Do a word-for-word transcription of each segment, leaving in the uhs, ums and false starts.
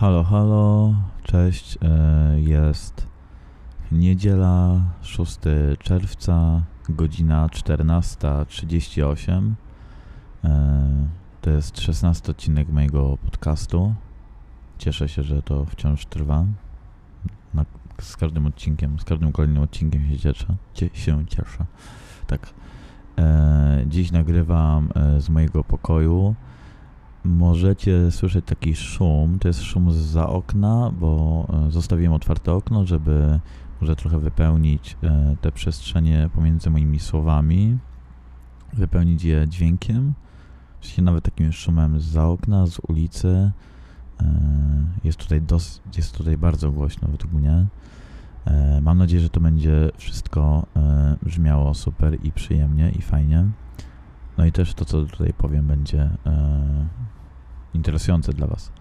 Halo, halo, cześć, e, jest niedziela, szóstego czerwca, godzina czternasta trzydzieści osiem. E, to jest szesnasty odcinek mojego podcastu. Cieszę się, że to wciąż trwa. Na, z każdym odcinkiem, z każdym kolejnym odcinkiem się cieszę. Cie, się cieszę. Tak. E, dziś nagrywam e, z mojego pokoju. Możecie słyszeć taki szum, to jest szum zza okna, bo zostawiłem otwarte okno, żeby może trochę wypełnić te przestrzenie pomiędzy moimi słowami, wypełnić je dźwiękiem, czyli nawet takim szumem zza okna, z ulicy. Jest tutaj, dos- jest tutaj bardzo głośno według mnie. Mam nadzieję, że to będzie wszystko brzmiało super i przyjemnie i fajnie. No i też to, co tutaj powiem, będzie e, interesujące dla Was.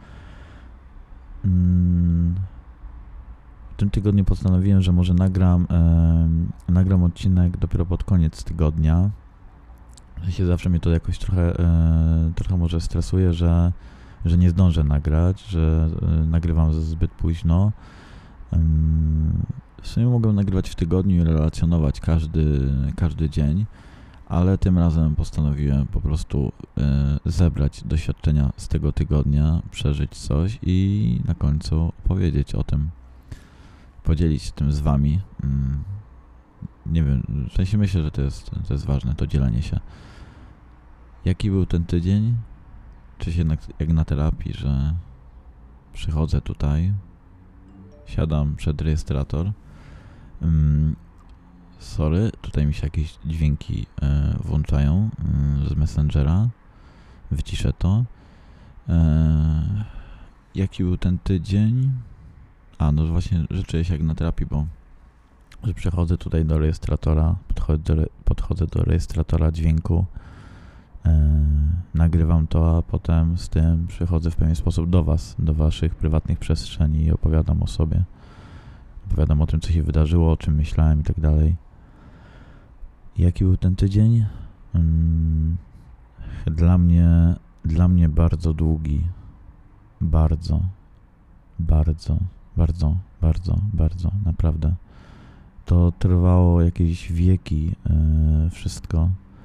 Mm, w tym tygodniu postanowiłem, że może nagram, e, nagram odcinek dopiero pod koniec tygodnia. Się zawsze mnie to jakoś trochę, e, trochę może stresuje, że, że nie zdążę nagrać, że e, nagrywam zbyt późno. E, w sumie mogę nagrywać w tygodniu i relacjonować każdy, każdy dzień. Ale tym razem postanowiłem po prostu y, zebrać doświadczenia z tego tygodnia, przeżyć coś i na końcu powiedzieć o tym, podzielić się tym z wami. Mm, nie wiem, w sensie myślę, że to jest, to jest ważne, to dzielenie się. Jaki był ten tydzień? Czy się jednak jak na terapii, że przychodzę tutaj, siadam przed rejestrator, mm, Sorry, tutaj mi się jakieś dźwięki e, włączają e, z Messengera. Wyciszę to. E, jaki był ten tydzień? A, no właśnie, że czuję się jak na terapii, bo że przechodzę tutaj do rejestratora, podchodzę do, re, podchodzę do rejestratora dźwięku, e, nagrywam to, a potem z tym przychodzę w pewien sposób do Was, do Waszych prywatnych przestrzeni i opowiadam o sobie. Opowiadam o tym, co się wydarzyło, o czym myślałem i tak dalej. Jaki był ten tydzień? Hmm, dla mnie, dla mnie bardzo długi. Bardzo, bardzo, bardzo, bardzo, bardzo, naprawdę. To trwało jakieś wieki, yy, wszystko.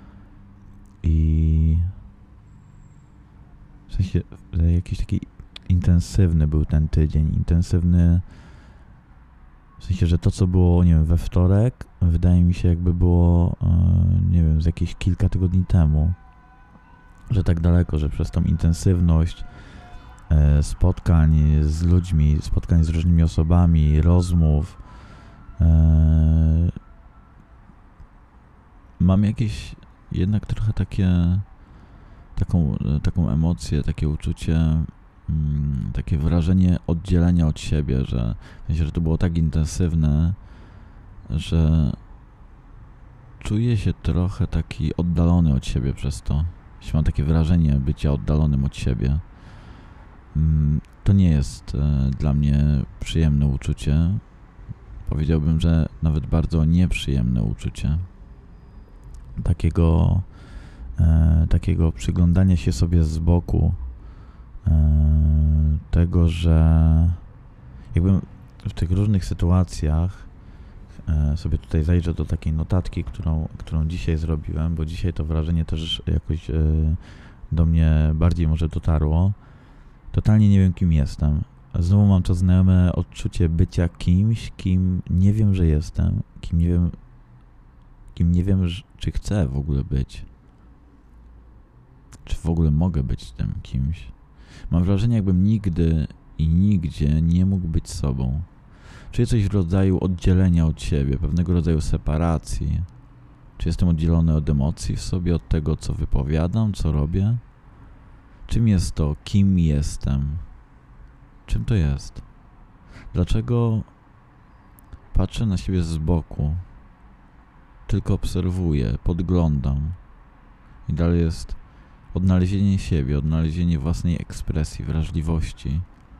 I w sensie jakiś taki intensywny był ten tydzień, intensywny. W sensie, że to, co było, nie wiem, we wtorek, wydaje mi się, jakby było, nie wiem, z jakieś kilka tygodni temu. Że tak daleko, że przez tą intensywność spotkań z ludźmi, spotkań z różnymi osobami, rozmów, mam jakieś jednak trochę takie, taką, taką emocję, takie uczucie, Mm, takie wrażenie oddzielenia od siebie, że, w sensie, że to było tak intensywne, że czuję się trochę taki oddalony od siebie przez to. Jeśli mam takie wrażenie bycia oddalonym od siebie. Mm, to nie jest e, dla mnie przyjemne uczucie. Powiedziałbym, że nawet bardzo nieprzyjemne uczucie. Takiego, e, takiego przyglądania się sobie z boku, tego, że jakbym w tych różnych sytuacjach sobie tutaj zajrzę do takiej notatki, którą, którą dzisiaj zrobiłem, bo dzisiaj to wrażenie też jakoś do mnie bardziej może dotarło. Totalnie nie wiem, kim jestem. Znowu mam to znajome odczucie bycia kimś, kim nie wiem, że jestem, kim nie wiem, kim nie wiem, czy chcę w ogóle być. Czy w ogóle mogę być tym kimś. Mam wrażenie, jakbym nigdy i nigdzie nie mógł być sobą. Czuję coś w rodzaju oddzielenia od siebie, pewnego rodzaju separacji. Czy jestem oddzielony od emocji w sobie, od tego, co wypowiadam, co robię? Czym jest to? Kim jestem? Czym to jest? Dlaczego patrzę na siebie z boku? Tylko obserwuję, podglądam. I dalej jest odnalezienie siebie, odnalezienie własnej ekspresji, wrażliwości.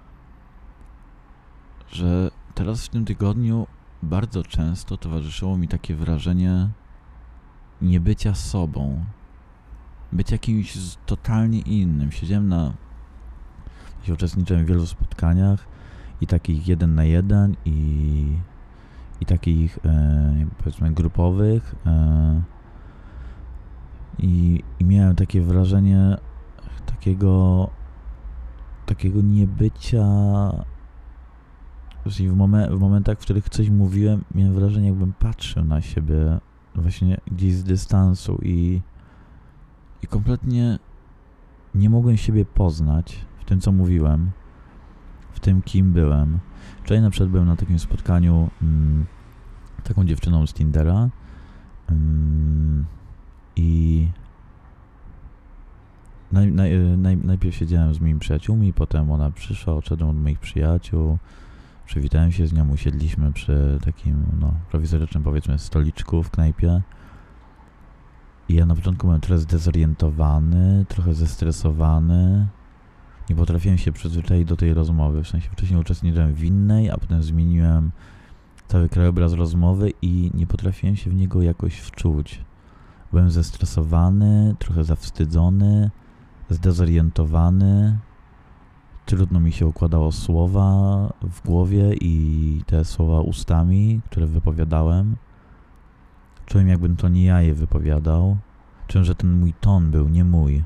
Że teraz w tym tygodniu bardzo często towarzyszyło mi takie wrażenie niebycia sobą. Bycia kimś totalnie innym. Siedziałem na Ja uczestniczyłem w wielu spotkaniach i takich jeden na jeden i, i takich e, powiedzmy grupowych e, i, i miałem takie wrażenie takiego takiego niebycia. W, momen, w momentach, w których coś mówiłem, miałem wrażenie, jakbym patrzył na siebie właśnie gdzieś z dystansu i, i kompletnie nie mogłem siebie poznać w tym, co mówiłem, w tym, kim byłem. Wczoraj na przykład byłem na takim spotkaniu mm, taką dziewczyną z Tindera mm, i naj, naj, naj, najpierw siedziałem z moimi przyjaciółmi, potem ona przyszła, odszedłem od moich przyjaciół, przywitałem się z nią, usiedliśmy przy takim, no, prowizorycznym, powiedzmy, stoliczku w knajpie. I ja na początku byłem trochę zdezorientowany, trochę zestresowany. Nie potrafiłem się przyzwyczaić do tej rozmowy. W sensie wcześniej uczestniczyłem w innej, a potem zmieniłem cały krajobraz rozmowy i nie potrafiłem się w niego jakoś wczuć. Byłem zestresowany, trochę zawstydzony, zdezorientowany. Trudno mi się układało słowa w głowie i te słowa ustami, które wypowiadałem. Czułem, jakbym to nie ja je wypowiadał. Czułem, że ten mój ton był nie mój.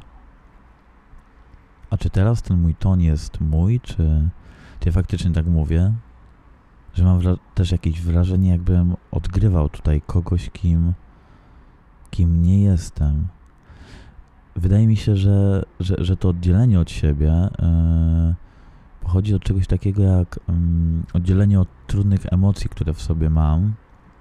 A czy teraz ten mój ton jest mój, czy, czy ja faktycznie tak mówię? Że mam też jakieś wrażenie, jakbym odgrywał tutaj kogoś, kim, kim nie jestem. Wydaje mi się, że, że, że to oddzielenie od siebie yy, pochodzi od czegoś takiego jak yy, oddzielenie od trudnych emocji, które w sobie mam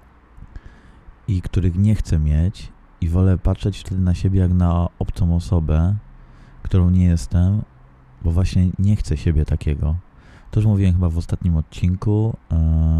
i których nie chcę mieć i wolę patrzeć wtedy na siebie jak na obcą osobę, którą nie jestem, bo właśnie nie chcę siebie takiego. To już mówiłem chyba w ostatnim odcinku, yy,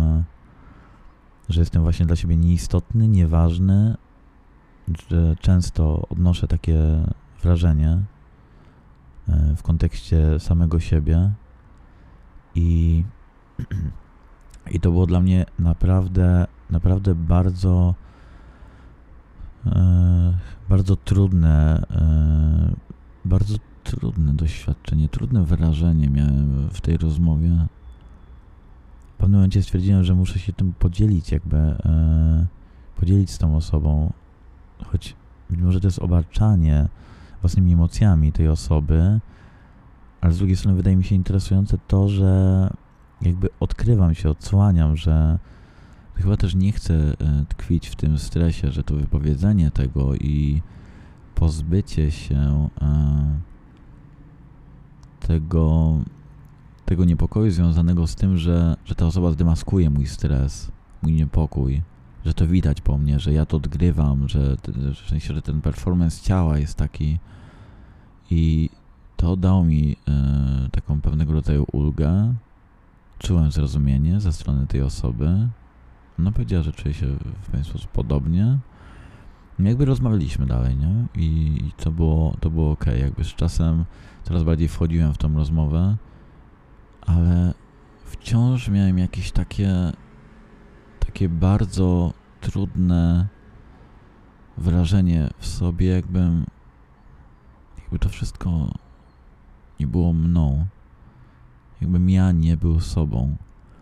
że jestem właśnie dla siebie nieistotny, nieważny, że często odnoszę takie wrażenie yy, w kontekście samego siebie i, i to było dla mnie naprawdę, naprawdę bardzo yy, bardzo trudne, yy, bardzo trudne doświadczenie, trudne wyrażenie miałem w tej rozmowie. W pewnym momencie stwierdziłem, że muszę się tym podzielić, jakby yy, podzielić z tą osobą, choć być może to jest obarczanie własnymi emocjami tej osoby, ale z drugiej strony wydaje mi się interesujące to, że jakby odkrywam się, odsłaniam, że chyba też nie chcę yy, tkwić w tym stresie, że to wypowiedzenie tego i pozbycie się yy, tego, tego niepokoju związanego z tym, że, że ta osoba zdemaskuje mój stres, mój niepokój, że to widać po mnie, że ja to odgrywam, że, że w sensie, że ten performance ciała jest taki i to dało mi y, taką pewnego rodzaju ulgę. Czułem zrozumienie ze strony tej osoby. Ona powiedziała, że czuje się w pewien sposób podobnie. I jakby rozmawialiśmy dalej, nie? I, i to było, to było okej. Okay. Jakby z czasem coraz bardziej wchodziłem w tą rozmowę, ale wciąż miałem jakieś takie takie bardzo trudne wrażenie w sobie, jakbym jakby to wszystko nie było mną. Jakbym ja nie był sobą.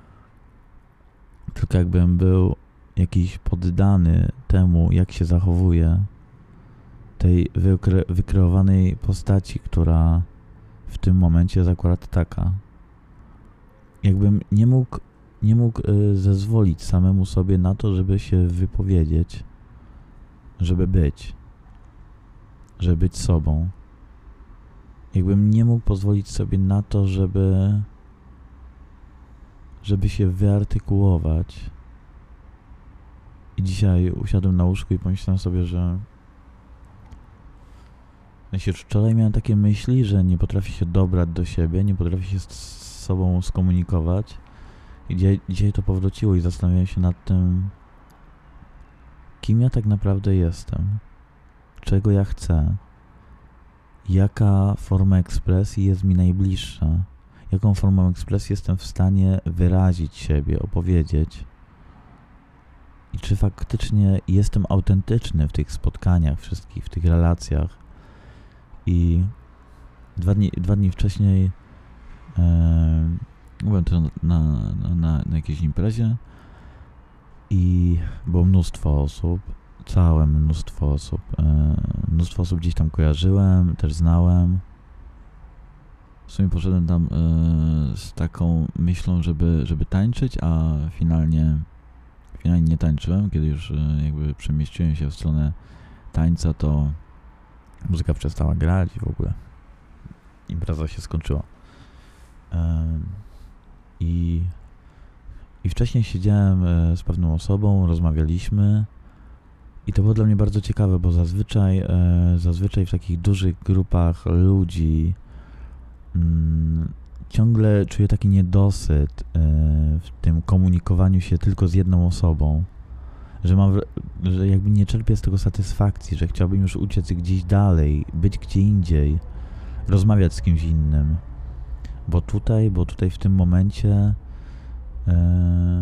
Tylko jakbym był jakiś poddany temu, jak się zachowuje, tej wykre- wykreowanej postaci, która w tym momencie jest akurat taka. Jakbym nie mógł nie mógł y, zezwolić samemu sobie na to, żeby się wypowiedzieć, żeby być, żeby być sobą. Jakbym nie mógł pozwolić sobie na to, żeby żeby się wyartykułować. I dzisiaj usiadłem na łóżku i pomyślałem sobie, że Myślę, że wczoraj miałem takie myśli, że nie potrafię się dobrać do siebie, nie potrafię się z sobą skomunikować. I dzisiaj, dzisiaj to powróciło i zastanawiałem się nad tym, kim ja tak naprawdę jestem, czego ja chcę, jaka forma ekspresji jest mi najbliższa, jaką formą ekspresji jestem w stanie wyrazić siebie, opowiedzieć i czy faktycznie jestem autentyczny w tych spotkaniach wszystkich, w tych relacjach. I dwa dni, dwa dni wcześniej E, byłem też na, na, na, na jakiejś imprezie i było mnóstwo osób, całe mnóstwo osób. E, mnóstwo osób gdzieś tam kojarzyłem, też znałem. W sumie poszedłem tam e, z taką myślą, żeby, żeby tańczyć, a finalnie, finalnie nie tańczyłem. Kiedy już e, jakby przemieściłem się w stronę tańca, to muzyka przestała grać i w ogóle impreza się skończyła. E, i, I wcześniej siedziałem e, z pewną osobą, rozmawialiśmy i to było dla mnie bardzo ciekawe, bo zazwyczaj, e, zazwyczaj w takich dużych grupach ludzi mm, ciągle czuję taki niedosyt e, w tym komunikowaniu się tylko z jedną osobą, że mam, że jakby nie czerpię z tego satysfakcji, że chciałbym już uciec gdzieś dalej, być gdzie indziej, rozmawiać z kimś innym, bo tutaj, bo tutaj w tym momencie e,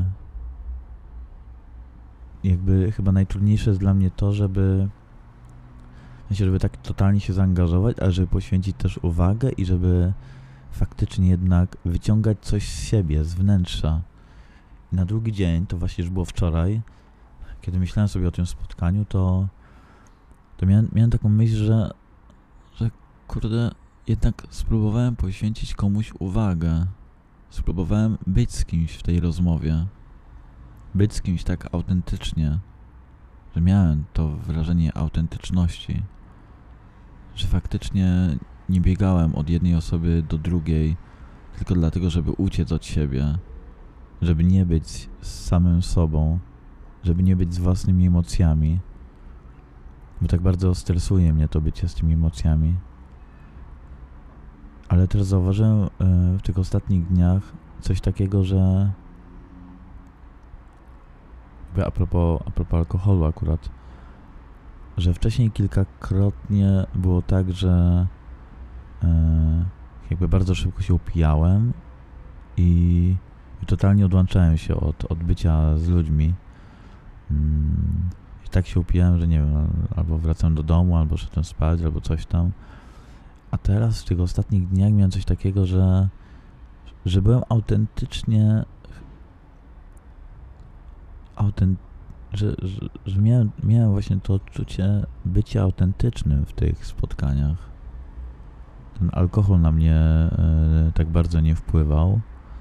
jakby chyba najtrudniejsze jest dla mnie to, żeby w sensie, żeby tak totalnie się zaangażować, ale żeby poświęcić też uwagę i żeby faktycznie jednak wyciągać coś z siebie, z wnętrza. I na drugi dzień, to właśnie już było wczoraj, kiedy myślałem sobie o tym spotkaniu, to, to miałem, miałem taką myśl, że, że kurde, jednak spróbowałem poświęcić komuś uwagę. Spróbowałem być z kimś w tej rozmowie. Być z kimś tak autentycznie, że miałem to wrażenie autentyczności, że faktycznie nie biegałem od jednej osoby do drugiej tylko dlatego, żeby uciec od siebie, żeby nie być z samym sobą, żeby nie być z własnymi emocjami, bo tak bardzo stresuje mnie to bycie z tymi emocjami. Ale też zauważyłem w tych ostatnich dniach coś takiego, że a propos, a propos alkoholu akurat, że wcześniej kilkakrotnie było tak, że e, jakby bardzo szybko się upijałem i, i totalnie odłączałem się od, od bycia z ludźmi. Mm, I tak się upijałem, że nie wiem, albo wracałem do domu, albo szedłem spać, albo coś tam. A teraz w tych ostatnich dniach miałem coś takiego, że, że byłem autentycznie Autent, że, że, że miałem, miałem właśnie to odczucie bycia autentycznym w tych spotkaniach. Ten alkohol na mnie e, tak bardzo nie wpływał,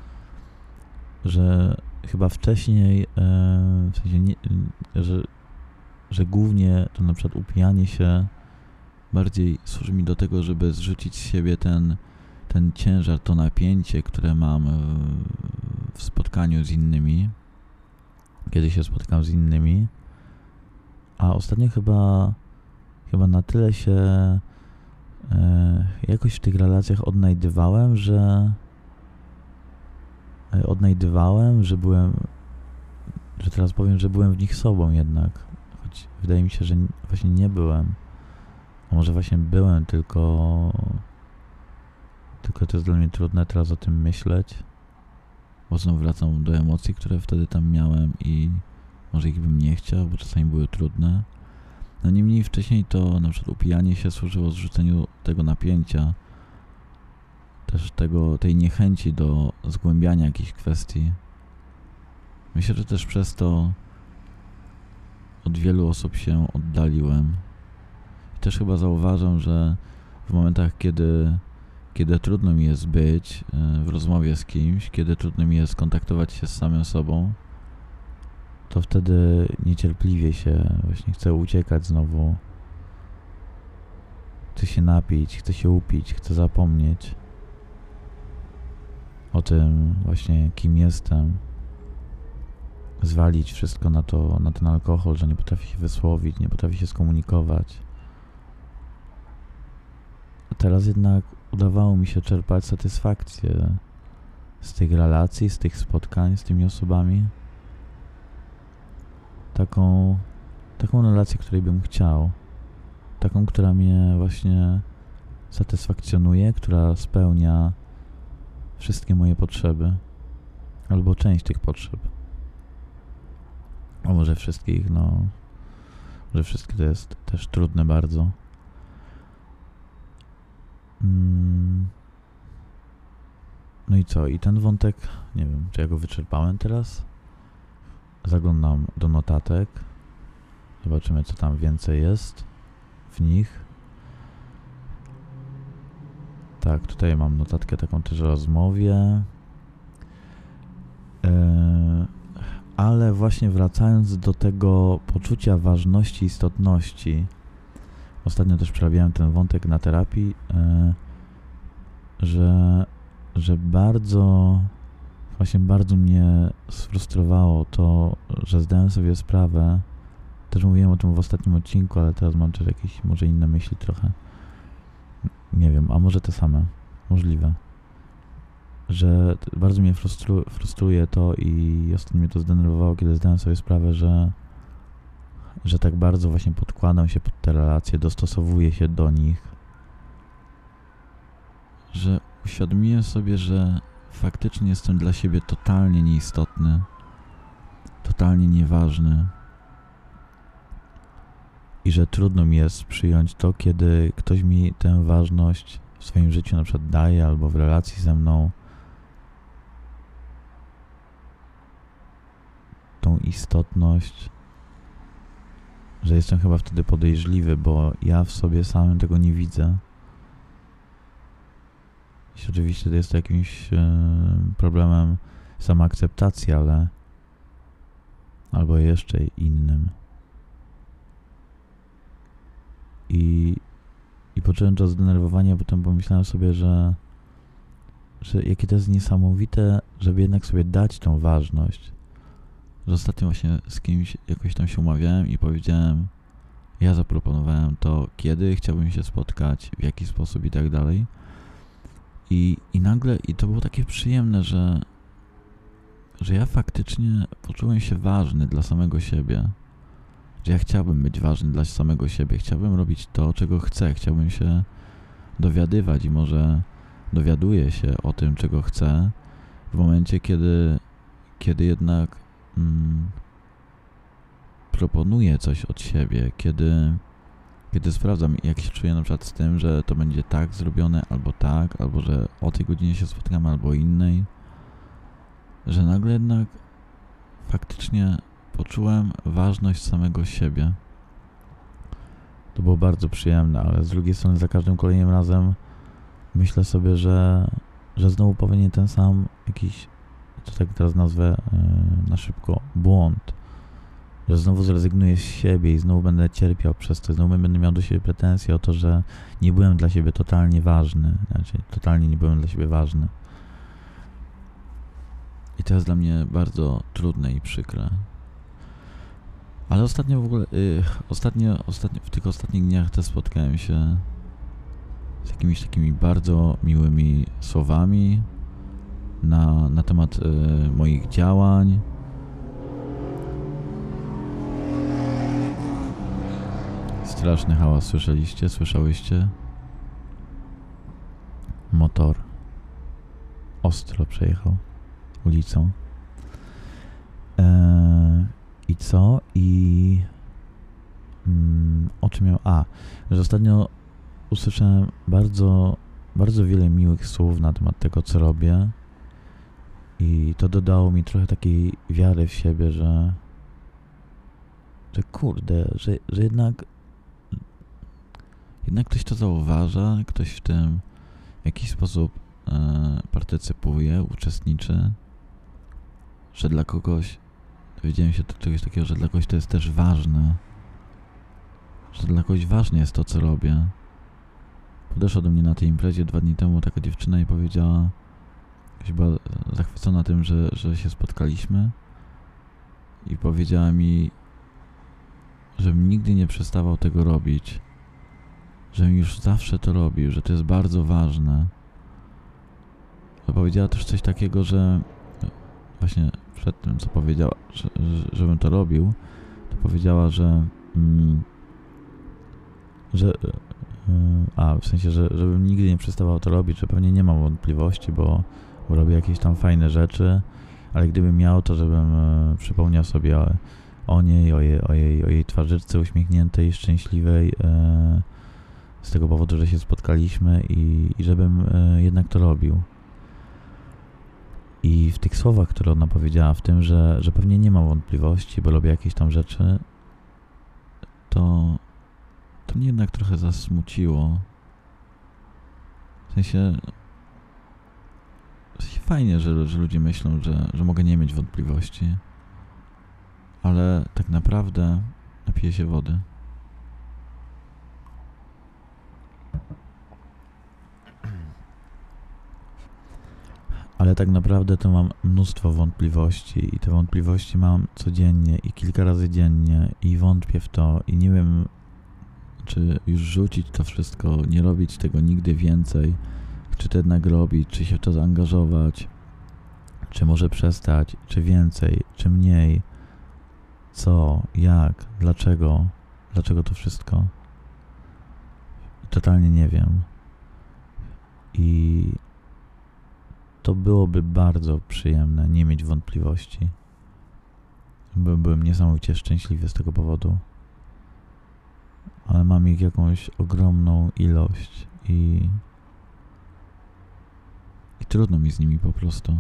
że chyba wcześniej, e, w sensie nie, że, że głównie to na przykład upijanie się bardziej służy mi do tego, żeby zrzucić z siebie ten, ten ciężar, to napięcie, które mam w spotkaniu z innymi, kiedy się spotykam z innymi, a ostatnio chyba chyba na tyle się e, jakoś w tych relacjach odnajdywałem, że e, odnajdywałem, że byłem, że teraz powiem, że byłem w nich sobą jednak, choć wydaje mi się, że właśnie nie byłem, a może właśnie byłem, tylko tylko to jest dla mnie trudne teraz o tym myśleć. Bo znowu wracam do emocji, które wtedy tam miałem i może ich bym nie chciał, bo czasami były trudne. No niemniej wcześniej to na przykład upijanie się służyło zrzuceniu tego napięcia, też tego, tej niechęci do zgłębiania jakichś kwestii. Myślę, że też przez to od wielu osób się oddaliłem. I też chyba zauważam, że w momentach, kiedy Kiedy trudno mi jest być w rozmowie z kimś, kiedy trudno mi jest kontaktować się z samym sobą, to wtedy niecierpliwie się właśnie chcę uciekać znowu. Chcę się napić, chcę się upić, chcę zapomnieć o tym właśnie, kim jestem. Zwalić wszystko na to, na ten alkohol, że nie potrafię się wysłowić, nie potrafię się skomunikować. A teraz jednak udawało mi się czerpać satysfakcję z tych relacji, z tych spotkań z tymi osobami. Taką, taką relację, której bym chciał. Taką, która mnie właśnie satysfakcjonuje, która spełnia wszystkie moje potrzeby. Albo część tych potrzeb. A może wszystkich, no... Może wszystkie to jest też trudne bardzo. no i co? I ten wątek, nie wiem, czy ja go wyczerpałem teraz? Zaglądam do notatek. Zobaczymy, co tam więcej jest w nich. Tak, tutaj mam notatkę taką też o rozmowie. Yy, ale właśnie wracając do tego poczucia ważności, istotności. Ostatnio też przerabiałem ten wątek na terapii, yy, że, że bardzo, właśnie bardzo mnie sfrustrowało to, że zdałem sobie sprawę, też mówiłem o tym w ostatnim odcinku, ale teraz mam też jakieś może inne myśli trochę. Nie wiem, a może te same. Możliwe. Że bardzo mnie frustru- frustruje to i ostatnio mnie to zdenerwowało, kiedy zdałem sobie sprawę, że że tak bardzo właśnie podkładam się pod te relacje, dostosowuję się do nich, że uświadomiłem sobie, że faktycznie jestem dla siebie totalnie nieistotny, totalnie nieważny i że trudno mi jest przyjąć to, kiedy ktoś mi tę ważność w swoim życiu na przykład daje albo w relacji ze mną, tą istotność, że jestem chyba wtedy podejrzliwy, bo ja w sobie samym tego nie widzę. I oczywiście to jest to jakimś e, problemem samoakceptacji, ale albo jeszcze innym. I, i poczułem to zdenerwowanie, a potem pomyślałem sobie, że, że jakie to jest niesamowite, żeby jednak sobie dać tą ważność. Że ostatnio właśnie z kimś jakoś tam się umawiałem i powiedziałem, ja zaproponowałem to, kiedy chciałbym się spotkać, w jaki sposób i tak dalej. I, i nagle, i to było takie przyjemne, że, że ja faktycznie poczułem się ważny dla samego siebie. Że ja chciałbym być ważny dla samego siebie, chciałbym robić to, czego chcę, chciałbym się dowiadywać i może dowiaduję się o tym, czego chcę w momencie, kiedy, kiedy jednak mm, proponuję coś od siebie, kiedy, kiedy sprawdzam, jak się czuję na przykład z tym, że to będzie tak zrobione, albo tak, albo że o tej godzinie się spotkamy, albo innej, że nagle jednak faktycznie poczułem ważność samego siebie. To było bardzo przyjemne, ale z drugiej strony za każdym kolejnym razem myślę sobie, że, że znowu powinien ten sam jakiś, co tak teraz nazwę yy, na szybko, błąd. Że znowu zrezygnuję z siebie i znowu będę cierpiał przez to, znowu będę miał do siebie pretensje o to, że nie byłem dla siebie totalnie ważny. Znaczy, totalnie nie byłem dla siebie ważny. I to jest dla mnie bardzo trudne i przykre. Ale ostatnio w ogóle, yy, ostatnio, ostatnio, w tych ostatnich dniach też spotkałem się z jakimiś takimi bardzo miłymi słowami na, na temat yy, moich działań. Straszny hałas, słyszeliście? Słyszałyście? Motor ostro przejechał ulicą. Eee, I co? I mm, o czym miał? A, że ostatnio usłyszałem bardzo, bardzo wiele miłych słów na temat tego, co robię. I to dodało mi trochę takiej wiary w siebie, że że kurde, że, że jednak jednak ktoś to zauważa, ktoś w tym w jakiś sposób e, partycypuje, uczestniczy, że dla kogoś, dowiedziałem się do czegoś takiego, że dla kogoś to jest też ważne, że dla kogoś ważne jest to, co robię. Podeszła do mnie na tej imprezie dwa dni temu taka dziewczyna i powiedziała, że była zachwycona tym, że, że się spotkaliśmy i powiedziała mi, żebym nigdy nie przestawał tego robić, żebym już zawsze to robił, że to jest bardzo ważne. Powiedziała też coś takiego, że właśnie przed tym, co powiedziała, że, że, żebym to robił, to powiedziała, że mm, że yy, a, w sensie, że żebym nigdy nie przestawał to robić, że pewnie nie mam wątpliwości, bo, bo robię jakieś tam fajne rzeczy, ale gdybym miał, to żebym yy, przypomniał sobie o, o niej, o jej, o, jej, o jej twarzyczce uśmiechniętej, szczęśliwej, yy, z tego powodu, że się spotkaliśmy i, i żebym yy, jednak to robił. I w tych słowach, które ona powiedziała, w tym, że, że pewnie nie ma wątpliwości, bo robię jakieś tam rzeczy, to, to mnie jednak trochę zasmuciło. W sensie, w sensie fajnie, że, że ludzie myślą, że, że mogę nie mieć wątpliwości, ale tak naprawdę napiję się wody. Ale tak naprawdę to mam mnóstwo wątpliwości i te wątpliwości mam codziennie i kilka razy dziennie i wątpię w to i nie wiem, czy już rzucić to wszystko, nie robić tego nigdy więcej, czy to jednak robić, czy się w to zaangażować, czy może przestać, czy więcej, czy mniej, co, jak, dlaczego, dlaczego to wszystko. Totalnie nie wiem. I to byłoby bardzo przyjemne nie mieć wątpliwości. By, byłem niesamowicie szczęśliwy z tego powodu. Ale mam ich jakąś ogromną ilość i, i trudno mi z nimi po prostu.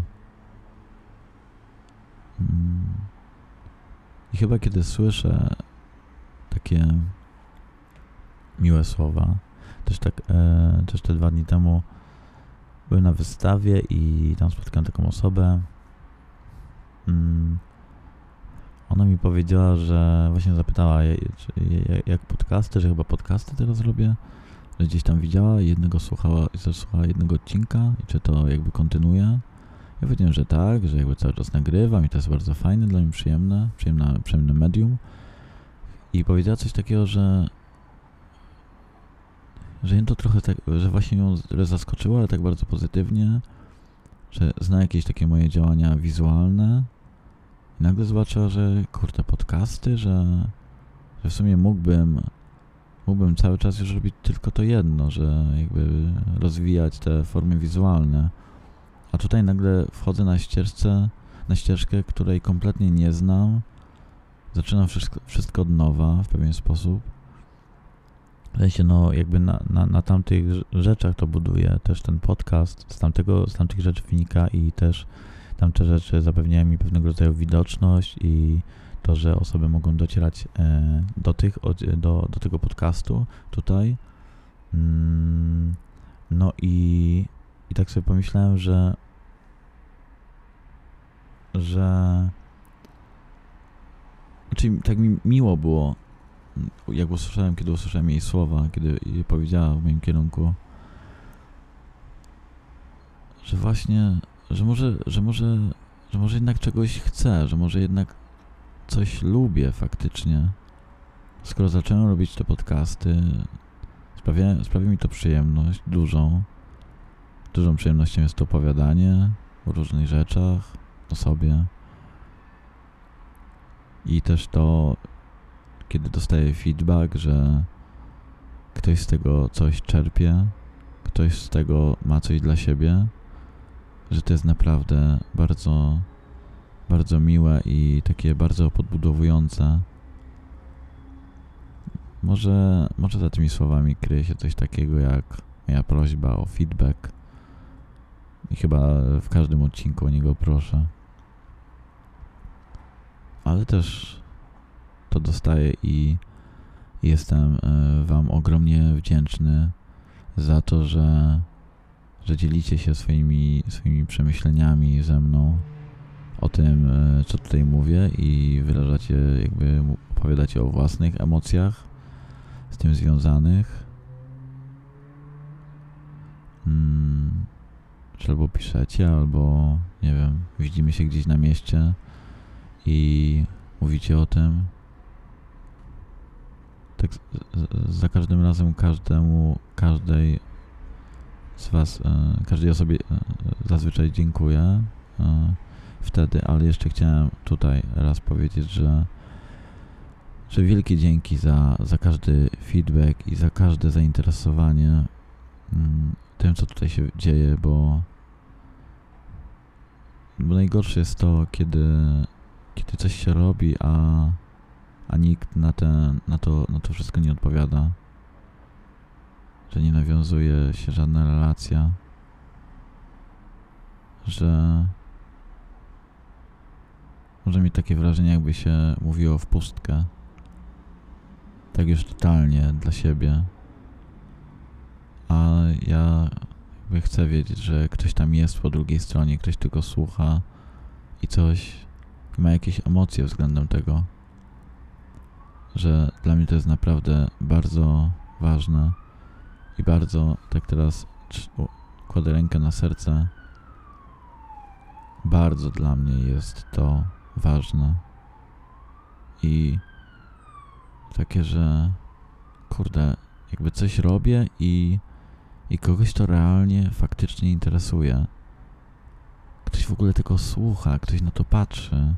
Mm. I chyba kiedy słyszę takie miłe słowa, też tak, e, też te dwa dni temu byłem na wystawie i tam spotkałem taką osobę. Mm. Ona mi powiedziała, że właśnie zapytała, czy, jak podcasty, że chyba podcasty teraz robię, że gdzieś tam widziała, jednego słuchała, słuchała jednego odcinka i czy to jakby kontynuuje. Ja powiedziałem, że tak, że jakby cały czas nagrywam i to jest bardzo fajne, dla mnie przyjemne, przyjemne, przyjemne medium. I powiedziała coś takiego, że że ją to trochę tak, że właśnie ją zaskoczyło, ale tak bardzo pozytywnie, że zna jakieś takie moje działania wizualne. I nagle zobaczyła, że kurde, podcasty, że, że w sumie mógłbym mógłbym cały czas już robić tylko to jedno, że jakby rozwijać te formy wizualne. A tutaj nagle wchodzę na ścieżce, na ścieżkę, której kompletnie nie znam. Zaczynam wszystko, wszystko od nowa w pewien sposób. W sensie, no jakby na, na, na tamtych rzeczach to buduję też ten podcast, z, tamtego, z tamtych rzeczy wynika i też tamte rzeczy zapewniają mi pewnego rodzaju widoczność i to, że osoby mogą docierać e, do, tych, do, do tego podcastu tutaj. Mm, no i, i tak sobie pomyślałem, że że czyli tak mi miło było, jak usłyszałem, kiedy usłyszałem jej słowa, kiedy je powiedziała w moim kierunku, że właśnie, że może, że może, że może jednak czegoś chcę, że może jednak coś lubię faktycznie. Skoro zacząłem robić te podcasty, sprawia, sprawia mi to przyjemność, dużą. Dużą przyjemnością jest to opowiadanie o różnych rzeczach, o sobie. I też to, kiedy dostaję feedback, że ktoś z tego coś czerpie, ktoś z tego ma coś dla siebie, że to jest naprawdę bardzo, bardzo miłe i takie bardzo podbudowujące. Może, może za tymi słowami kryje się coś takiego jak moja prośba o feedback i chyba w każdym odcinku o niego proszę. Ale też to dostaję i jestem wam ogromnie wdzięczny za to, że, że dzielicie się swoimi, swoimi przemyśleniami ze mną o tym, co tutaj mówię i wyrażacie, jakby opowiadacie o własnych emocjach z tym związanych. Hmm, czy albo piszecie, albo nie wiem, widzimy się gdzieś na mieście i mówicie o tym. Tak z, z, za każdym razem każdemu, każdej z was, e, każdej osobie e, zazwyczaj dziękuję e, wtedy, ale jeszcze chciałem tutaj raz powiedzieć, że że wielkie dzięki za, za każdy feedback i za każde zainteresowanie mm, tym, co tutaj się dzieje, bo, bo najgorsze jest to, kiedy, kiedy coś się robi, a, a nikt na, ten, na, to, na to wszystko nie odpowiada, że nie nawiązuje się żadna relacja, że, może mieć takie wrażenie, jakby się mówiło w pustkę. Tak już totalnie dla siebie. A ja jakby chcę wiedzieć, że ktoś tam jest po drugiej stronie, ktoś tylko słucha i coś, i ma jakieś emocje względem tego. Że dla mnie to jest naprawdę bardzo ważne i bardzo, tak teraz kładę rękę na serce, bardzo dla mnie jest to ważne i takie, że kurde, jakby coś robię i, i kogoś to realnie, faktycznie interesuje. Ktoś w ogóle tylko słucha, ktoś na to patrzy,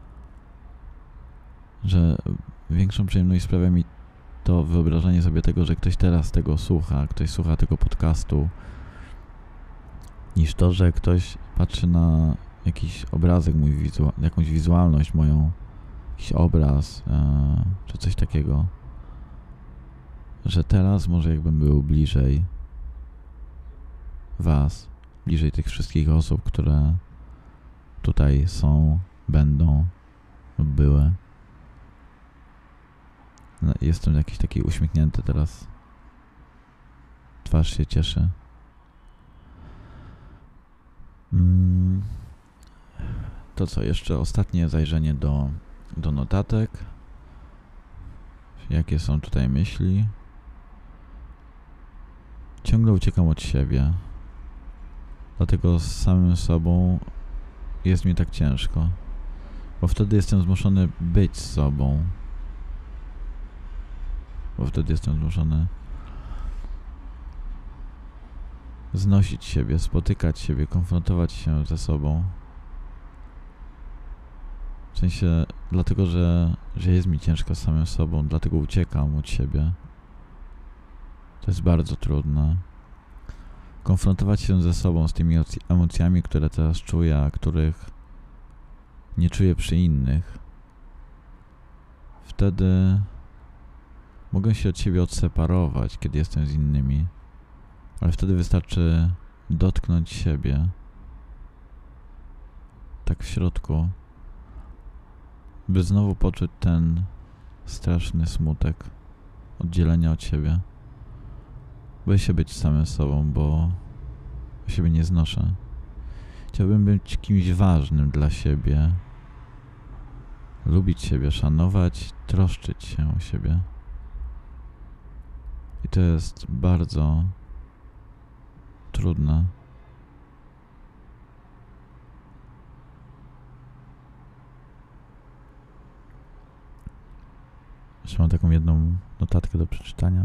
że większą przyjemność sprawia mi to wyobrażenie sobie tego, że ktoś teraz tego słucha, ktoś słucha tego podcastu, niż to, że ktoś patrzy na jakiś obrazek mój, wizu- jakąś wizualność moją, jakiś obraz, e, czy coś takiego. Że teraz może jakbym był bliżej was, bliżej tych wszystkich osób, które tutaj są, będą lub były. Jestem jakiś taki uśmiechnięty teraz. Twarz się cieszy. Mm. To co, jeszcze ostatnie zajrzenie do, do notatek. Jakie są tutaj myśli? Ciągle uciekam od siebie. Dlatego z samym sobą jest mi tak ciężko. Bo wtedy jestem zmuszony być sobą. Bo wtedy jestem zmuszony znosić siebie, spotykać siebie, konfrontować się ze sobą. W sensie, dlatego, że, że jest mi ciężko z samym sobą, dlatego uciekam od siebie. To jest bardzo trudne. Konfrontować się ze sobą, z tymi emocjami, które teraz czuję, a których nie czuję przy innych. Wtedy mogę się od siebie odseparować, kiedy jestem z innymi. Ale wtedy wystarczy dotknąć siebie. Tak w środku. By znowu poczuć ten straszny smutek oddzielenia od siebie. Boję się być samym sobą, bo siebie nie znoszę. Chciałbym być kimś ważnym dla siebie. Lubić siebie, szanować, troszczyć się o siebie. I to jest bardzo trudne. Jeszcze mam taką jedną notatkę do przeczytania.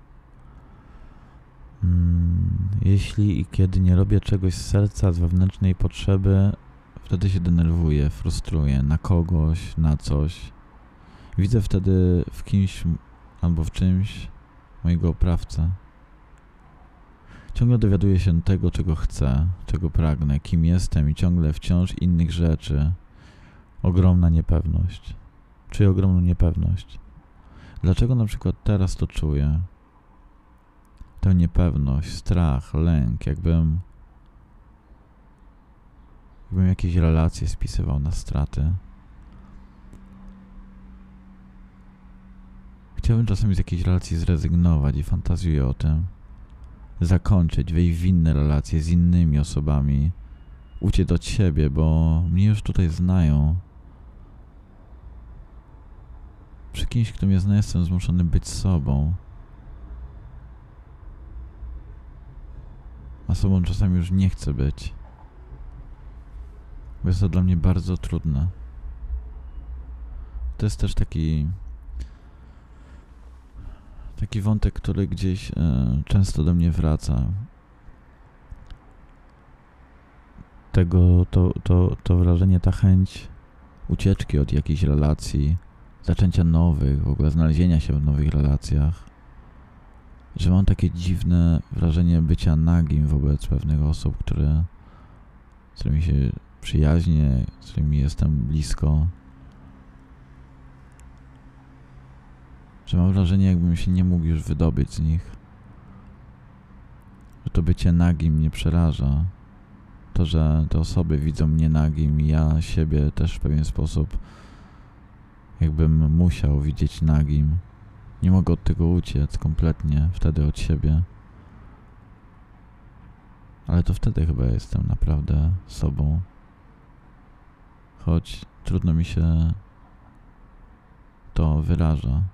Hmm, jeśli i kiedy nie robię czegoś z serca, z wewnętrznej potrzeby, wtedy się denerwuję, frustruję na kogoś, na coś. Widzę wtedy w kimś albo w czymś mojego oprawcę. Ciągle dowiaduję się tego, czego chcę, czego pragnę, kim jestem i ciągle wciąż innych rzeczy. Ogromna niepewność. Czuję ogromną niepewność. Dlaczego na przykład teraz to czuję? Tę niepewność, strach, lęk, jakbym jakbym jakieś relacje spisywał na straty. Chciałbym czasami z jakiejś relacji zrezygnować i fantazjuję o tym. Zakończyć, wejść w inne relacje z innymi osobami. Uciec od siebie, bo mnie już tutaj znają. Przy kimś, kto mnie zna, jestem zmuszony być sobą. A sobą czasami już nie chcę być. Bo jest to dla mnie bardzo trudne. To jest też taki taki wątek, który gdzieś e, często do mnie wraca. Tego, to, to, to wrażenie, ta chęć ucieczki od jakiejś relacji, zaczęcia nowych, w ogóle znalezienia się w nowych relacjach. Że mam takie dziwne wrażenie bycia nagim wobec pewnych osób, które, z którymi się przyjaźnię, z którymi jestem blisko. Że mam wrażenie, jakbym się nie mógł już wydobyć z nich. Że to bycie nagim mnie przeraża. to, że te osoby widzą mnie nagim i ja siebie też w pewien sposób jakbym musiał widzieć nagim. Nie mogę od tego uciec kompletnie wtedy od siebie. Ale to wtedy chyba jestem naprawdę sobą. Choć trudno mi się to wyraża.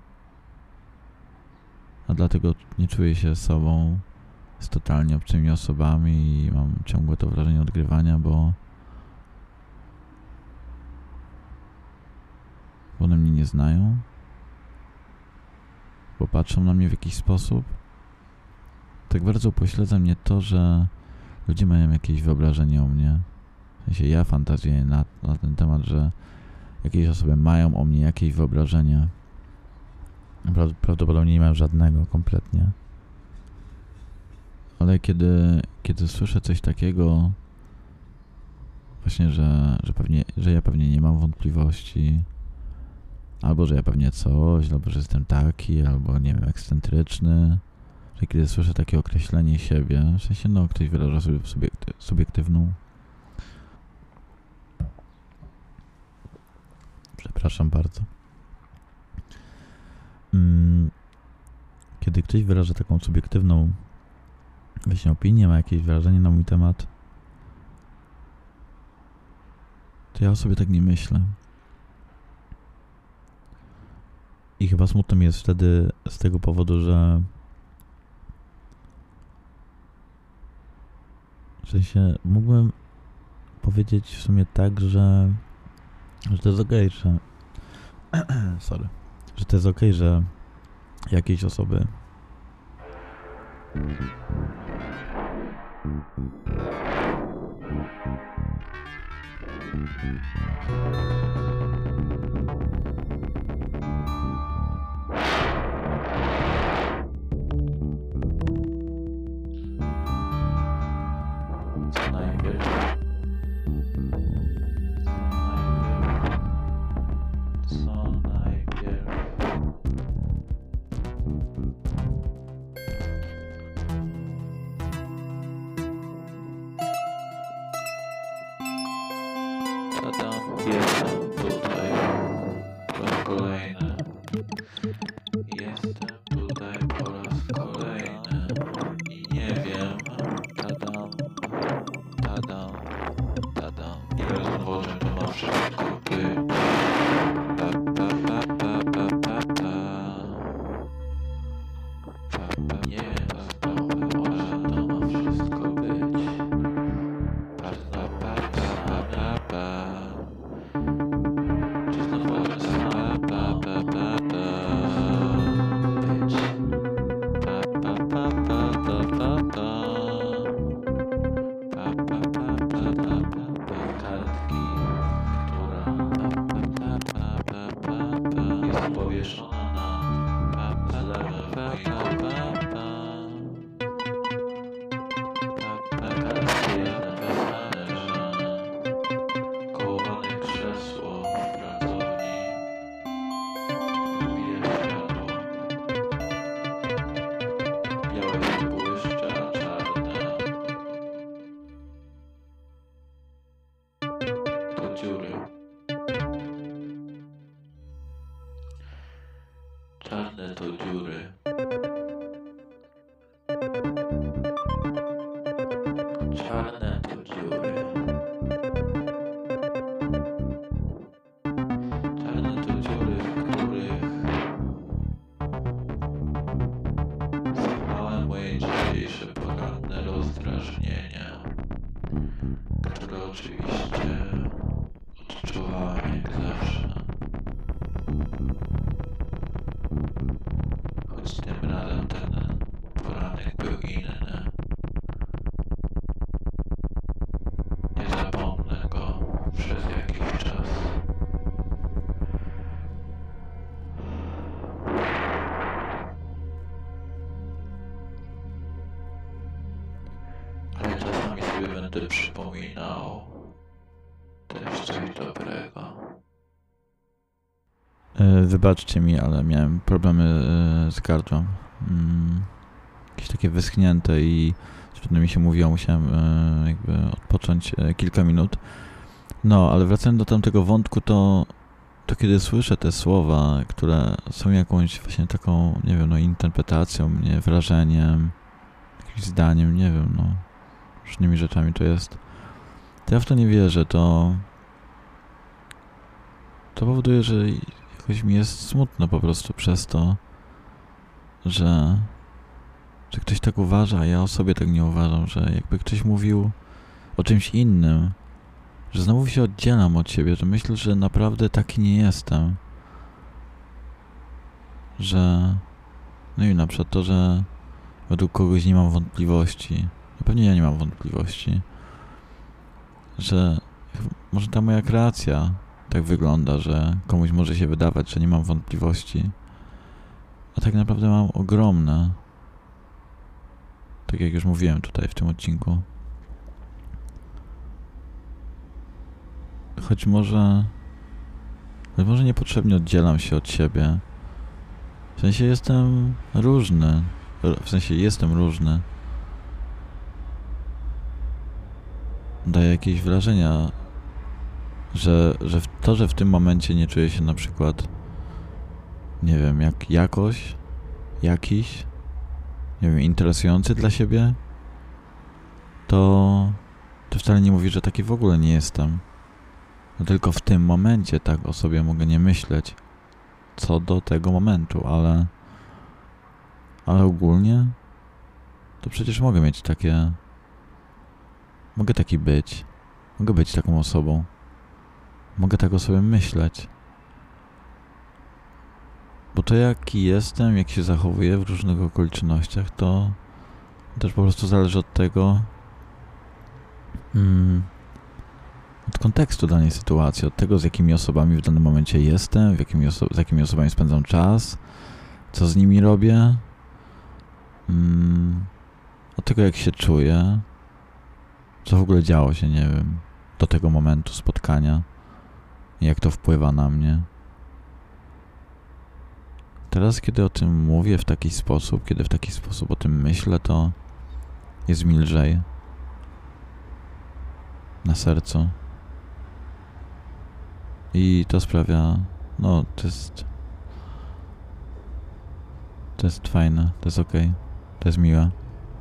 A dlatego nie czuję się sobą z totalnie obcymi osobami i mam ciągłe to wrażenie odgrywania, bo bo one mnie nie znają, bo patrzą na mnie w jakiś sposób. Tak bardzo upośledza mnie to, że ludzie mają jakieś wyobrażenie o mnie. W sensie ja fantazjuję na, na ten temat, że jakieś osoby mają o mnie jakieś wyobrażenie. Pra- prawdopodobnie nie mam żadnego kompletnie. Ale kiedy, kiedy słyszę coś takiego, właśnie, że, że, pewnie, że ja pewnie nie mam wątpliwości, albo że ja pewnie coś, albo że jestem taki, albo nie wiem, ekscentryczny, że kiedy słyszę takie określenie siebie, w sensie no, ktoś wyraża sobie subiekty, subiektywną, przepraszam bardzo, mm, kiedy ktoś wyraża taką subiektywną właśnie opinię, ma jakieś wrażenie na mój temat, to ja o sobie tak nie myślę. I chyba smutno mi jest wtedy z tego powodu, że w sensie mógłbym powiedzieć w sumie tak, że, że to jest okej, że sorry, że to jest okej, że jakieś osoby co najpierw co najpierw Tada, jestem tutaj po raz kolejny. Jestem tutaj po raz kolejny. I nie wiem, tadam, tadam, tadam. Ile znowu, że to ma wszystko być. Pa, pa, pa, pa, pa, pa, pa. Pa, pa, nie wiem, może to ma wszystko być. Pa, pa, pa, pa, pa, pa. Czy znowu może sama pa, pa, pa, pa. Być. Pa, pa, pa, pa, pa, pa, pa. Pa, pa, pa, pa, pa, pa, pa. Kartki, która pa, pa, pa, pa, pa, pa, jest powieszona na pa, pa, pa, pa, pa, pa. Pa, pa, kartki napisane, że kołowane krzesło w pracowni odbija światło. Białe błyszcza czarne. To dziury. Czarne to dziury. Czarne to dziury. Czarne to dziury, w których schowałem moje dzisiejsze poranne rozdrażnienie, które oczywiście odczuwałem jak zawsze. Choć tym razem ten poranek był inny. Nie zapomnę go przez jakiś czas. Ale czasami sobie będę przypominał też coś dobrego. E, wybaczcie mi, ale miałem problemy e, z gardłem. Mm, jakieś takie wyschnięte i trudno mi się mówiło, musiałem e, jakby odpocząć e, kilka minut. No, ale wracając do tamtego wątku, to, to kiedy słyszę te słowa, które są jakąś właśnie taką, nie wiem, no interpretacją mnie, wrażeniem, jakimś zdaniem, nie wiem, no różnymi rzeczami to jest, to ja w to nie wierzę, to to powoduje, że jakoś mi jest smutno po prostu przez to, że że ktoś tak uważa, a ja o sobie tak nie uważam, że jakby ktoś mówił o czymś innym, że znowu się oddzielam od siebie, że myślę, że naprawdę taki nie jestem. Że no i na przykład to, że według kogoś nie mam wątpliwości. No pewnie ja nie mam wątpliwości. Że może ta moja kreacja tak wygląda, że komuś może się wydawać, że nie mam wątpliwości. A tak naprawdę mam ogromne. Tak jak już mówiłem tutaj w tym odcinku. Choć może... Choć może niepotrzebnie oddzielam się od siebie. W sensie jestem różny. W sensie jestem różny. Daję jakieś wrażenia, że, że to, że w tym momencie nie czuję się na przykład, nie wiem, jak jakoś, jakiś, nie wiem, interesujący dla siebie, to, to wcale nie mówi, że taki w ogóle nie jestem. No tylko w tym momencie tak o sobie mogę nie myśleć, co do tego momentu, ale, ale ogólnie to przecież mogę mieć takie, mogę taki być, mogę być taką osobą, mogę tak o sobie myśleć. Bo to jaki jestem, jak się zachowuję w różnych okolicznościach, to też po prostu zależy od tego, mm, od kontekstu danej sytuacji, od tego, z jakimi osobami w danym momencie jestem, w jakimi oso- z jakimi osobami spędzam czas, co z nimi robię, mm, od tego, jak się czuję, co w ogóle działo się, nie wiem, do tego momentu spotkania i jak to wpływa na mnie. Teraz, kiedy o tym mówię w taki sposób, kiedy w taki sposób o tym myślę, to jest mi lżej na sercu. I to sprawia, no, to jest, to jest fajne, to jest okej, to jest miłe.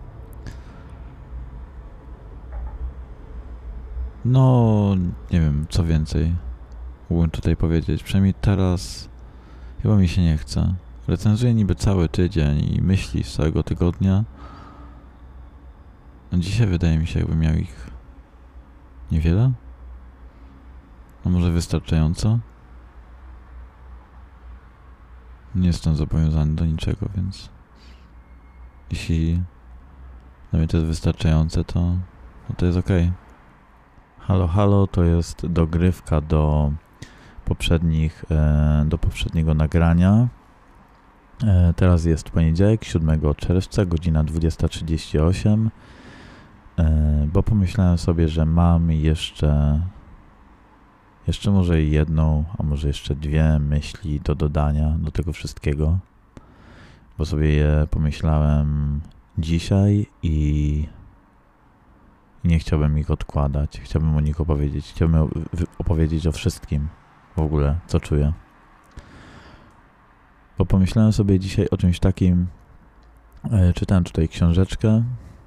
No, nie wiem, co więcej mógłbym tutaj powiedzieć. Przynajmniej teraz chyba mi się nie chce. Recenzuję niby cały tydzień i myśli z całego tygodnia. No dzisiaj wydaje mi się, jakbym miał ich niewiele. A może wystarczająco? Nie jestem zobowiązany do niczego, więc jeśli dla mnie to jest wystarczające, to, no to jest okej. Halo, halo, to jest dogrywka do poprzednich, e, do poprzedniego nagrania. E, teraz jest poniedziałek, siódmego czerwca, godzina dwudziesta trzydzieści osiem, e, bo pomyślałem sobie, że mam jeszcze jeszcze może jedną, a może jeszcze dwie myśli do dodania do tego wszystkiego, bo sobie je pomyślałem dzisiaj i nie chciałbym ich odkładać. Chciałbym o nich opowiedzieć. Chciałbym opowiedzieć o wszystkim w ogóle, co czuję. Bo pomyślałem sobie dzisiaj o czymś takim, e, czytałem tutaj książeczkę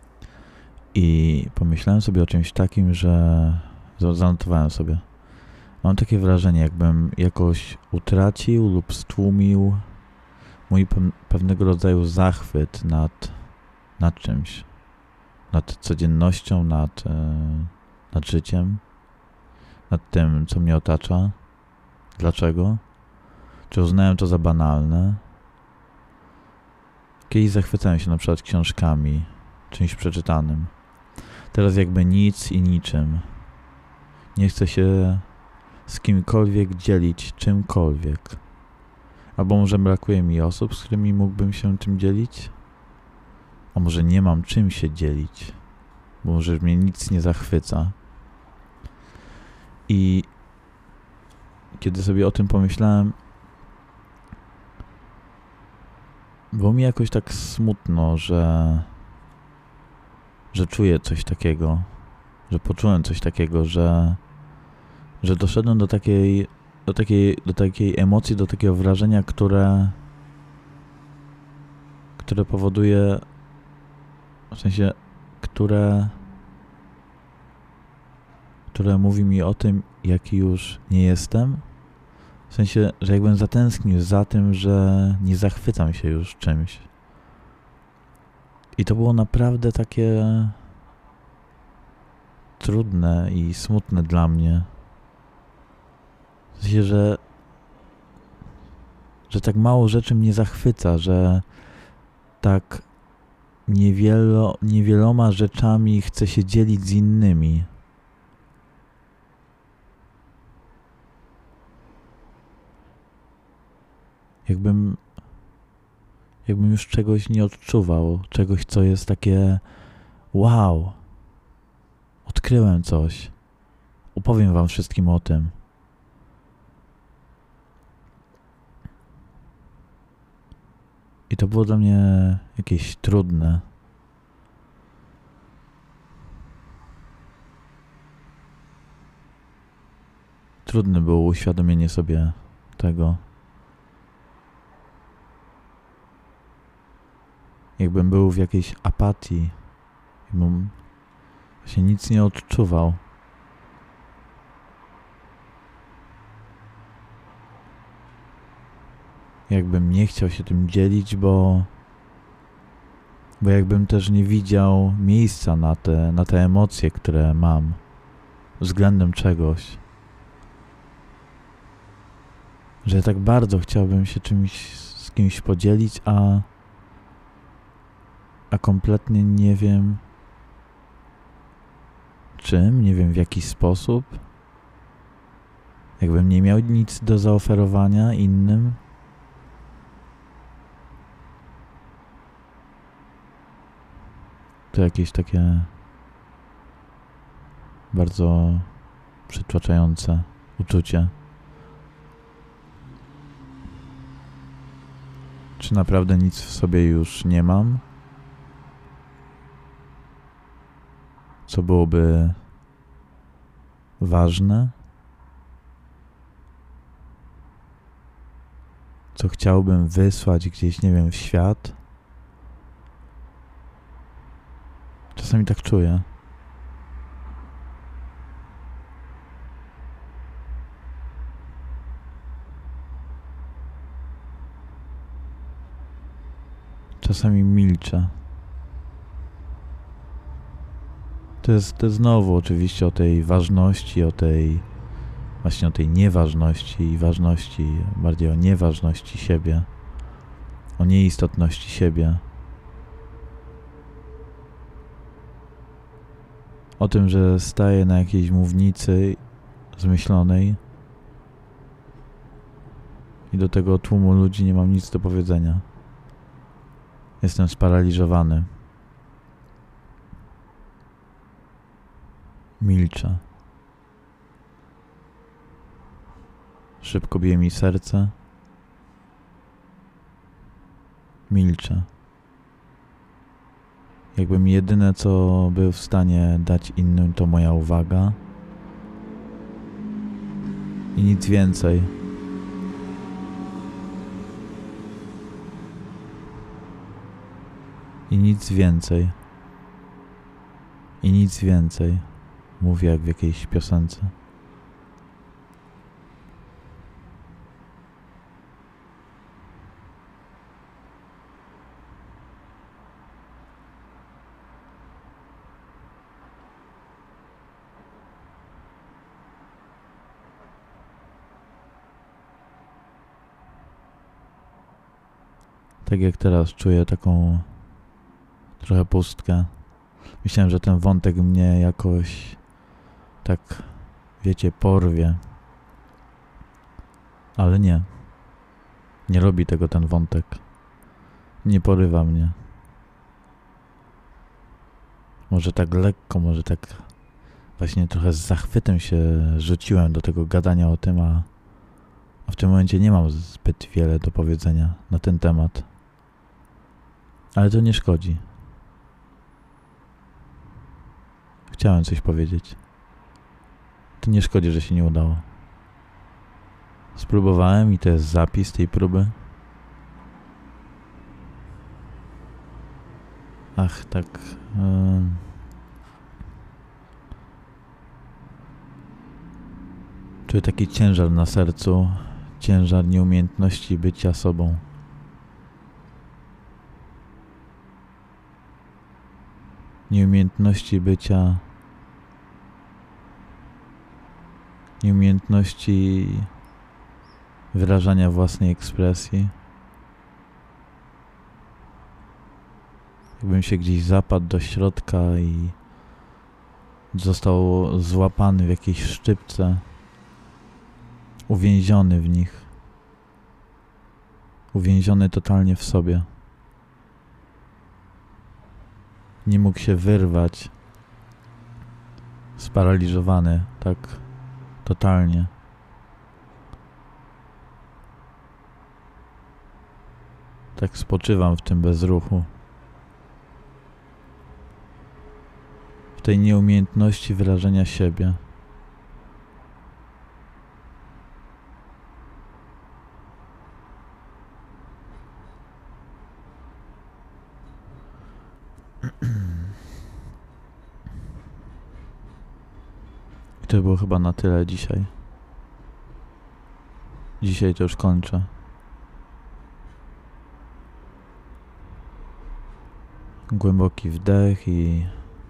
i pomyślałem sobie o czymś takim, że zanotowałem sobie. Mam takie wrażenie, jakbym jakoś utracił lub stłumił mój pe- pewnego rodzaju zachwyt nad, nad czymś. Nad codziennością, nad, e, nad życiem, nad tym, co mnie otacza. Dlaczego? Czy uznałem to za banalne? Kiedyś zachwycałem się na przykład książkami, czymś przeczytanym. Teraz jakby nic i niczym. Nie chcę się z kimkolwiek dzielić czymkolwiek. Albo może brakuje mi osób, z którymi mógłbym się tym dzielić? A może nie mam czym się dzielić? Bo może mnie nic nie zachwyca. I kiedy sobie o tym pomyślałem, było mi jakoś tak smutno, że, że czuję coś takiego, że poczułem coś takiego, że, że doszedłem do takiej, do takiej, do takiej emocji, do takiego wrażenia, które, które powoduje, w sensie, które, które mówi mi o tym, jaki już nie jestem. W sensie, że jakbym zatęsknił za tym, że nie zachwycam się już czymś. I to było naprawdę takie trudne i smutne dla mnie. W sensie, że, że tak mało rzeczy mnie zachwyca, że tak niewielo, niewieloma rzeczami chcę się dzielić z innymi. Jakbym, jakbym już czegoś nie odczuwał, czegoś, co jest takie wow, odkryłem coś, opowiem wam wszystkim o tym. I to było dla mnie jakieś trudne. Trudne było uświadomienie sobie tego. Jakbym był w jakiejś apatii, jakbym właśnie nic nie odczuwał. Jakbym nie chciał się tym dzielić, bo, bo jakbym też nie widział miejsca na te, na te emocje, które mam względem czegoś. Że tak bardzo chciałbym się czymś z kimś podzielić, a a kompletnie nie wiem czym, nie wiem w jaki sposób. Jakbym nie miał nic do zaoferowania innym. To jakieś takie bardzo przytłaczające uczucie. Czy naprawdę nic w sobie już nie mam? Co byłoby ważne? Co chciałbym wysłać gdzieś, nie wiem, w świat? Czasami tak czuję. Czasami milczę. To jest, to jest znowu oczywiście o tej ważności, o tej właśnie o tej nieważności i ważności, bardziej o nieważności siebie, o nieistotności siebie. O tym, że staję na jakiejś mównicy zmyślonej i do tego tłumu ludzi nie mam nic do powiedzenia. Jestem sparaliżowany. Milczę. Szybko bije mi serce. Milczę. Jakbym jedyne, co był w stanie dać innym, to moja uwaga. I nic więcej. I nic więcej. I nic więcej. Mówię jak w jakiejś piosence. Tak jak teraz czuję taką trochę pustkę. Myślałem, że ten wątek mnie jakoś tak, wiecie, porwie. Ale nie. Nie robi tego ten wątek. Nie porywa mnie. Może tak lekko, może tak właśnie trochę z zachwytem się rzuciłem do tego gadania o tym, a, a w tym momencie nie mam zbyt wiele do powiedzenia na ten temat. Ale to nie szkodzi. Chciałem coś powiedzieć. To nie szkodzi, że się nie udało. Spróbowałem i to jest zapis tej próby. Ach, tak... Yy... Czuję taki ciężar na sercu. Ciężar nieumiejętności bycia sobą. Nieumiejętności bycia... Nieumiejętności wyrażania własnej ekspresji. Jakbym się gdzieś zapadł do środka i został złapany w jakiejś szczypce, uwięziony w nich, uwięziony totalnie w sobie. Nie mógł się wyrwać, sparaliżowany, tak totalnie. Tak spoczywam w tym bezruchu. W tej nieumiejętności wyrażenia siebie. I to było chyba na tyle dzisiaj. Dzisiaj to już kończę. Głęboki wdech i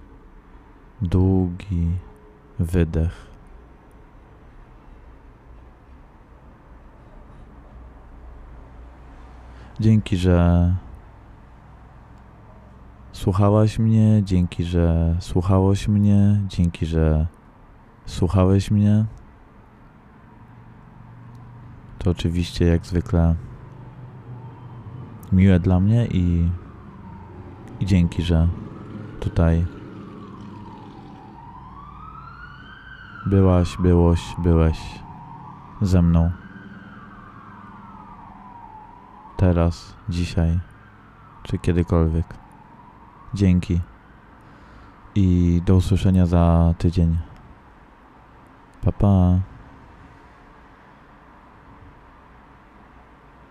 długi wydech. Dzięki, że słuchałaś mnie, dzięki, że słuchałoś mnie, dzięki, że słuchałeś mnie. To oczywiście jak zwykle miłe dla mnie i, i dzięki, że tutaj byłaś, byłoś, byłeś ze mną. Teraz, dzisiaj, czy kiedykolwiek. Dzięki. I do usłyszenia za tydzień. Pa, pa.